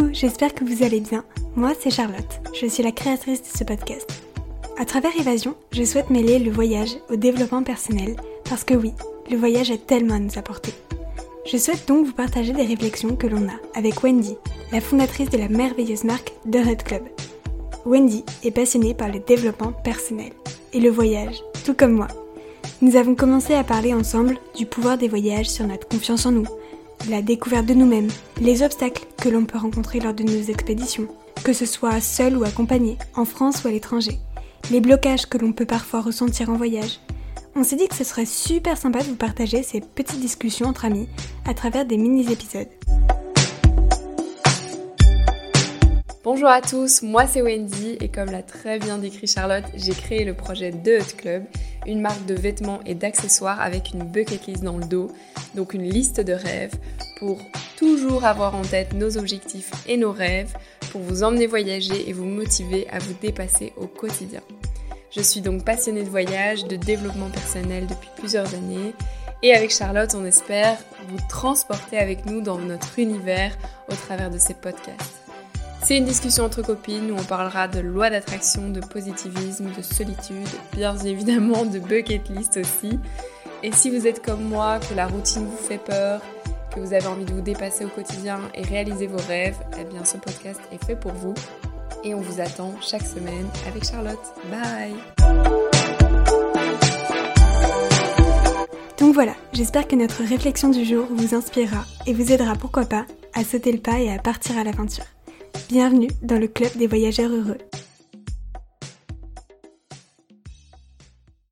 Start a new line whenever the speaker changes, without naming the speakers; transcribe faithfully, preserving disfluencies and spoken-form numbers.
Hello, j'espère que vous allez bien. Moi, c'est Charlotte, je suis la créatrice de ce podcast. À travers Évasion, je souhaite mêler le voyage au développement personnel, parce que oui, le voyage a tellement à nous apporter. Je souhaite donc vous partager des réflexions que l'on a avec Wendy, la fondatrice de la merveilleuse marque The Hut Club. Wendy est passionnée par le développement personnel et le voyage, tout comme moi. Nous avons commencé à parler ensemble du pouvoir des voyages sur notre confiance en nous, la découverte de nous-mêmes, les obstacles que l'on peut rencontrer lors de nos expéditions, que ce soit seul ou accompagné, en France ou à l'étranger, les blocages que l'on peut parfois ressentir en voyage. On s'est dit que ce serait super sympa de vous partager ces petites discussions entre amis à travers des mini-épisodes.
Bonjour à tous, moi c'est Wendy et comme l'a très bien décrit Charlotte, j'ai créé le projet The Hut Club, une marque de vêtements et d'accessoires avec une bucket list dans le dos, donc une liste de rêves pour toujours avoir en tête nos objectifs et nos rêves, pour vous emmener voyager et vous motiver à vous dépasser au quotidien. Je suis donc passionnée de voyage, de développement personnel depuis plusieurs années et avec Charlotte, on espère vous transporter avec nous dans notre univers au travers de ces podcasts. C'est une discussion entre copines où on parlera de loi d'attraction, de positivisme, de solitude, bien évidemment de bucket list aussi. Et si vous êtes comme moi, que la routine vous fait peur, que vous avez envie de vous dépasser au quotidien et réaliser vos rêves, eh bien ce podcast est fait pour vous. Et on vous attend chaque semaine avec Charlotte. Bye!
Donc voilà, j'espère que notre réflexion du jour vous inspirera et vous aidera pourquoi pas à sauter le pas et à partir à l'aventure. Bienvenue dans le club des voyageurs heureux.